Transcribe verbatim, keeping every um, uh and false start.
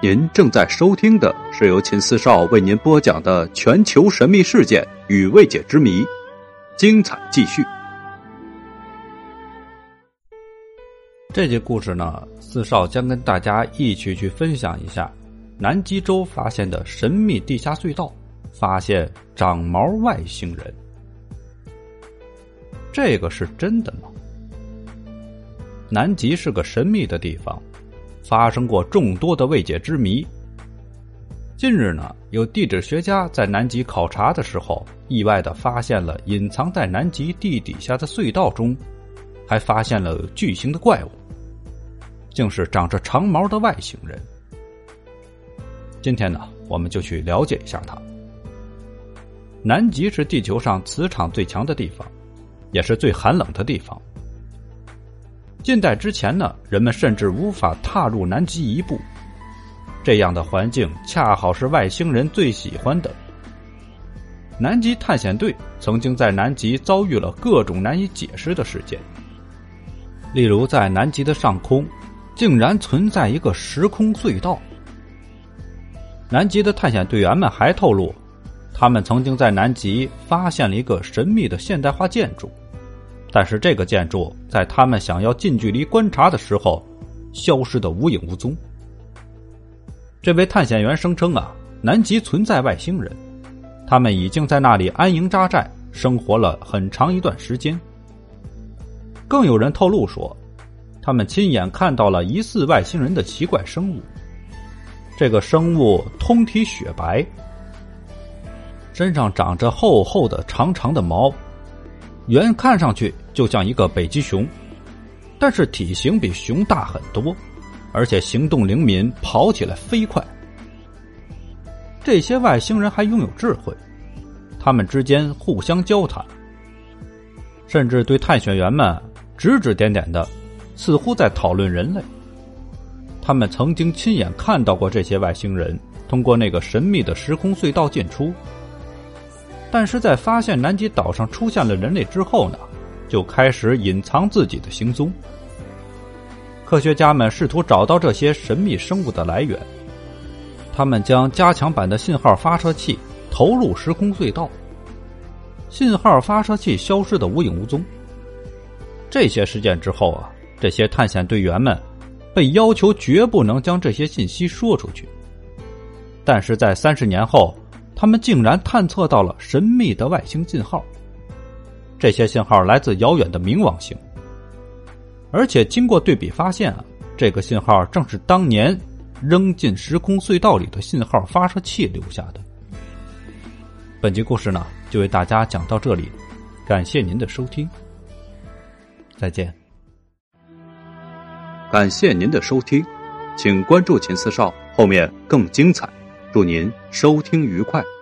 您正在收听的是由秦四少为您播讲的全球神秘事件与未解之谜，精彩继续。 这节故事呢，四少将跟大家一起去分享一下南极洲发现的神秘地下隧道，发现长毛外星人。这个是真的吗？南极是个神秘的地方，发生过众多的未解之谜。近日呢，有地质学家在南极考察的时候，意外地发现了隐藏在南极地底下的隧道中，还发现了巨型的怪物，竟是长着长毛的外星人。今天呢，我们就去了解一下它。南极是地球上磁场最强的地方，也是最寒冷的地方。近代之前呢，人们甚至无法踏入南极一步，这样的环境恰好是外星人最喜欢的。南极探险队曾经在南极遭遇了各种难以解释的事件，例如在南极的上空竟然存在一个时空隧道。南极的探险队员们还透露，他们曾经在南极发现了一个神秘的现代化建筑，但是这个建筑在他们想要近距离观察的时候消失得无影无踪。这位探险员声称啊，南极存在外星人，他们已经在那里安营扎寨，生活了很长一段时间。更有人透露说，他们亲眼看到了疑似外星人的奇怪生物。这个生物通体雪白，身上长着厚厚的长长的毛，远看上去就像一个北极熊，但是体型比熊大很多，而且行动灵敏，跑起来飞快。这些外星人还拥有智慧，他们之间互相交谈，甚至对探险员们指指点点的，似乎在讨论人类。他们曾经亲眼看到过这些外星人通过那个神秘的时空隧道进出，但是在发现南极岛上出现了人类之后呢，就开始隐藏自己的行踪。科学家们试图找到这些神秘生物的来源，他们将加强版的信号发射器投入时空隧道，信号发射器消失得无影无踪。这些事件之后啊，这些探险队员们被要求绝不能将这些信息说出去。但是在三十年后，他们竟然探测到了神秘的外星信号。这些信号来自遥远的冥王星，而且经过对比发现啊，这个信号正是当年扔进时空隧道里的信号发射器留下的。本集故事呢，就为大家讲到这里，感谢您的收听，再见。 感谢您的收听，请关注秦四少，后面更精彩。祝您收听愉快。